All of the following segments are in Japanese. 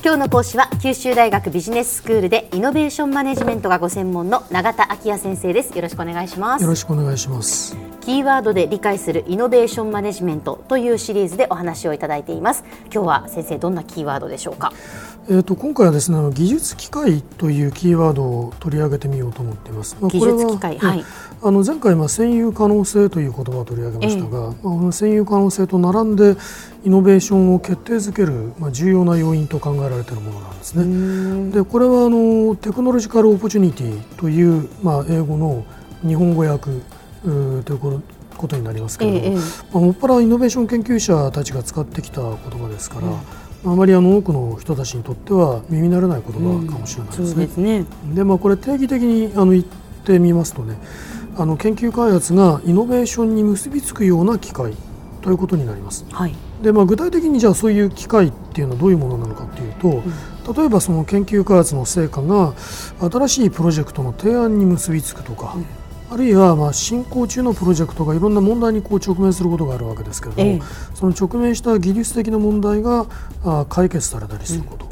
今日の講師は九州大学ビジネススクールでイノベーションマネジメントがご専門の永田昭也先生です。よろしくお願いします。 よろしくお願いします。 キーワードで理解するイノベーションマネジメントというシリーズでお話をいただいています。今日は先生、どんなキーワードでしょうか。 今回はですね、技術機械というキーワードを取り上げてみようと思っています。 技術機械、はい。 前回占有可能性という言葉を取り上げましたが、占有可能性と並んでイノベーションを決定づける、重要な要因と考えられているものなんですね。でこれはテクノロジカルオポチュニティという、英語の日本語訳ということになりますけれども、もっぱらイノベーション研究者たちが使ってきた言葉ですから、あまり多くの人たちにとっては耳慣れない言葉かもしれないですね。 そうですね。 でこれ定義的に言ってみますとね、研究開発がイノベーションに結びつくような機械ということになります。 はい。 で具体的にじゃあそういう機械っていうのはどういうものなのかというと、例えばその研究開発の成果が新しいプロジェクトの提案に結びつくとか、あるいは進行中のプロジェクトがいろんな問題に直面することがあるわけですけれども、その直面した技術的な問題が解決されたりすること、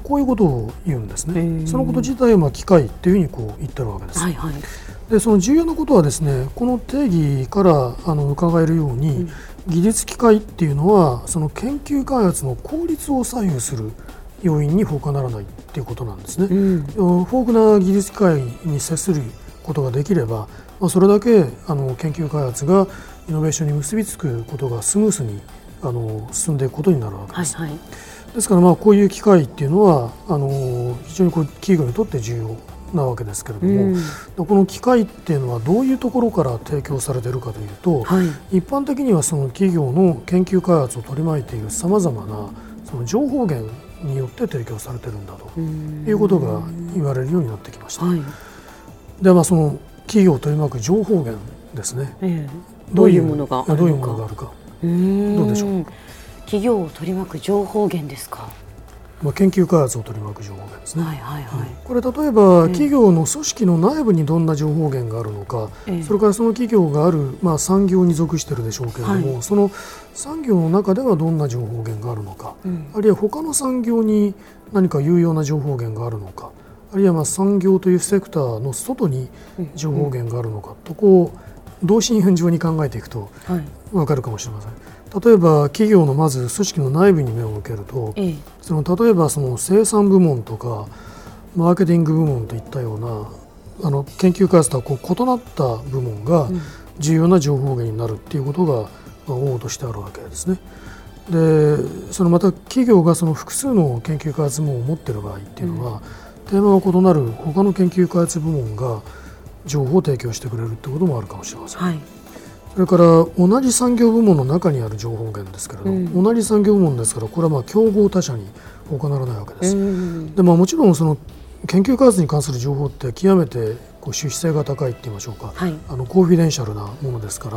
こういうことを言うんですね。そのこと自体は機械っていうふうに言ってるわけです。でその重要なことはですね、この定義から伺えるように、技術機械っていうのはその研究開発の効率を左右する要因に他ならないっていうことなんですね。豊富な技術機械に接することができれば、それだけ研究開発がイノベーションに結びつくことがスムースに進んでいくことになるわけです。ですからこういう機会っていうのは非常に企業にとって重要なわけですけれども、この機会っていうのはどういうところから提供されているかというと、一般的にはその企業の研究開発を取り巻いているさまざまなその情報源によって提供されているんだということが言われるようになってきました。でその企業を取り巻く情報源ですね、 どういうものがあるのか、 どうでしょう。 企業を取り巻く情報源ですか。 研究開発を取り巻く情報源ですね。これ例えば企業の組織の内部にどんな情報源があるのか、それからその企業がある産業に属しているでしょうけれども、その産業の中ではどんな情報源があるのか、あるいは他の産業に何か有用な情報源があるのか、あるいは産業というセクターの外に情報源があるのかと同心円状に考えていくと分かるかもしれません。例えば企業のまず組織の内部に目を向けると、例えばその生産部門とかマーケティング部門といったような研究開発とは異なった部門が重要な情報源になるっていうことが往々としてあるわけですね。でまた企業がその複数の研究開発部門を持っている場合っていうのは、テーマが異なる他の研究開発部門が情報を提供してくれるということもあるかもしれません。それから同じ産業部門の中にある情報源ですけれど、同じ産業部門ですから、これは競合他社に他ならないわけです。でもちろんその研究開発に関する情報って極めて趣旨性が高いって言いましょうか、コンフィデンシャルなものですから、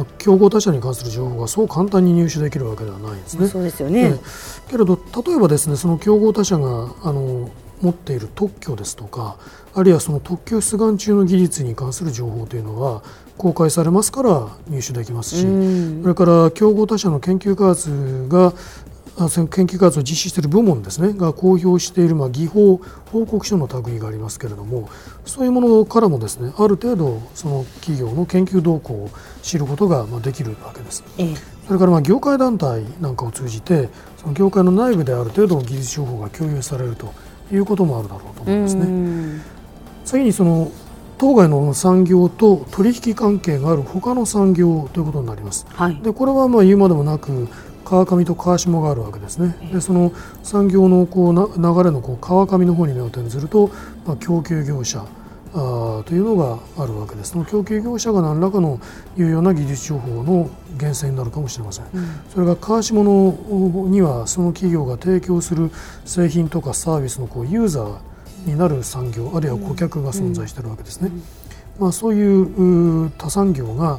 競合他社に関する情報がそう簡単に入手できるわけではないんですね。 そうですよね。 けれど例えばですね、その競合他社が持っている特許ですとか、あるいはその特許出願中の技術に関する情報というのは公開されますから入手できますし、それから競合他社の研究開発が研究開発を実施している部門ですねが公表している技法報告書の類がありますけれども、そういうものからもですね、ある程度その企業の研究動向を知ることができるわけです。それから業界団体なんかを通じてその業界の内部である程度の技術情報が共有されるということもあるだろうと思いますね。次にその当該の産業と取引関係がある他の産業ということになります。でこれは言うまでもなく川上と川下があるわけですね。でその産業の流れの川上の方に目を転ずると、供給業者というのがあるわけです。その供給業者が何らかの有用な技術情報の源泉になるかもしれません。それが川下のにはその企業が提供する製品とかサービスのユーザーになる産業、あるいは顧客が存在しているわけですね。そういう他産業が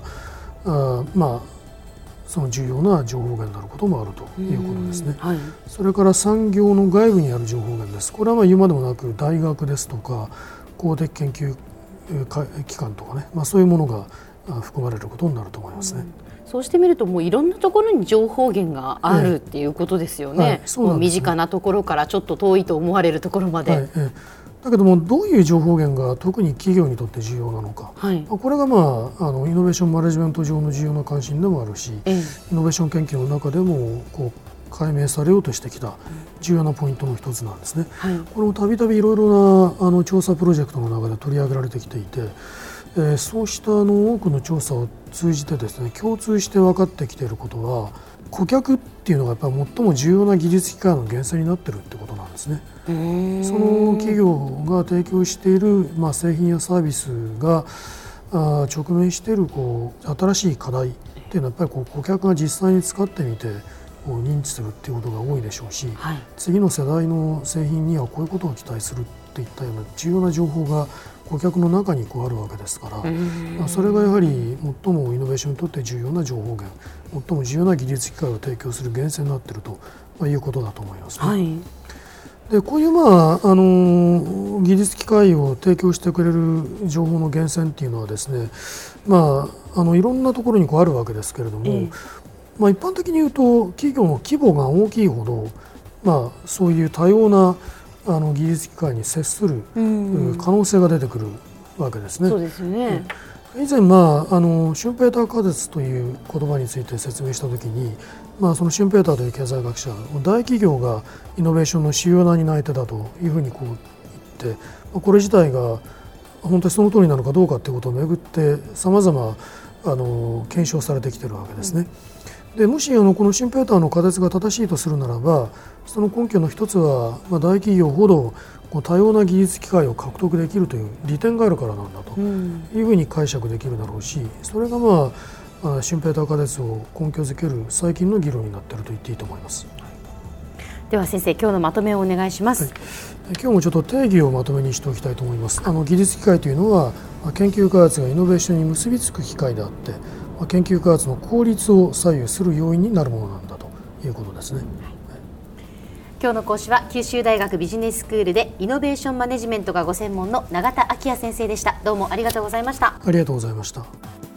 その重要な情報源になることもあるということですね。それから産業の外部にある情報源です。これは言うまでもなく大学ですとか公的研究機関とかね、そういうものが含まれることになると思いますね。 そうしてみるともういろんなところに情報源があるっていうことですよね。もう身近なところからちょっと遠いと思われるところまで。 だけどもどういう情報源が特に企業にとって重要なのか、これが、イノベーションマネジメント上の重要な関心でもあるし、イノベーション研究の中でも解明されようとしてきた重要なポイントの一つなんですね。これもたびたびいろいろな調査プロジェクトの中で取り上げられてきていて、そうした多くの調査を通じてですね、共通して分かってきていることは、顧客っていうのがやっぱり最も重要な技術機械の源泉になっているってことなんですね。その企業が提供している、製品やサービスが直面している新しい課題っていうのはやっぱり顧客が実際に使ってみて認知するっていうことが多いでしょうし、次の世代の製品にはこういうことを期待するっていったような重要な情報が顧客の中にあるわけですから、それがやはり最もイノベーションにとって重要な情報源、最も重要な技術機械を提供する源泉になっているということだと思いますね。でこういう技術機械を提供してくれる情報の源泉っていうのはですね、いろんなところにあるわけですけれども、一般的に言うと企業の規模が大きいほど、そういう多様な技術機械に接する可能性が出てくるわけですね。 そうですね。 以前、シュンペーター仮説という言葉について説明したときに、そのシュンペーターという経済学者、大企業がイノベーションの主要な担い手だというふうに言って、これ自体が本当にその通りなのかどうかということをめぐってさまざま検証されてきているわけですね。でもしこのシュンペーターの仮説が正しいとするならば、その根拠の一つは、大企業ほど多様な技術機械を獲得できるという利点があるからなんだというふうに解釈できるだろうし、それがシュンペーター仮説を根拠づける最近の議論になっていると言っていいと思います。 では先生、今日のまとめをお願いします。 今日もちょっと定義をまとめにしておきたいと思います。技術機械というのは、研究開発がイノベーションに結びつく機械であって、研究開発の効率を左右する要因になるものなんだということですね。 今日の講師は九州大学ビジネススクールでイノベーションマネジメントがご専門の永田昭也先生でした。どうもありがとうございました。 ありがとうございました。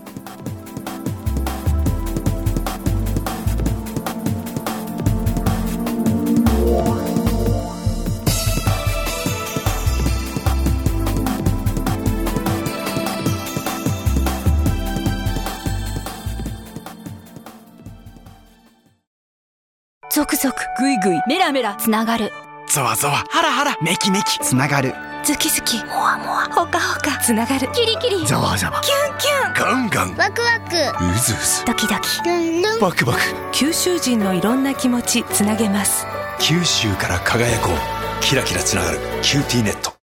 ゾクゾクグイグイメラメラつながる、 ゾワゾワハラハラメキメキつながる、 ズキズキモワモワホカホカつながる、キリキリザワザワキュンキュンガンガンワクワクうずうずドキドキルンルンバクバク、 九州人のいろんな気持ちつなげます。 九州から輝こう、キラキラつながるキューティーネット。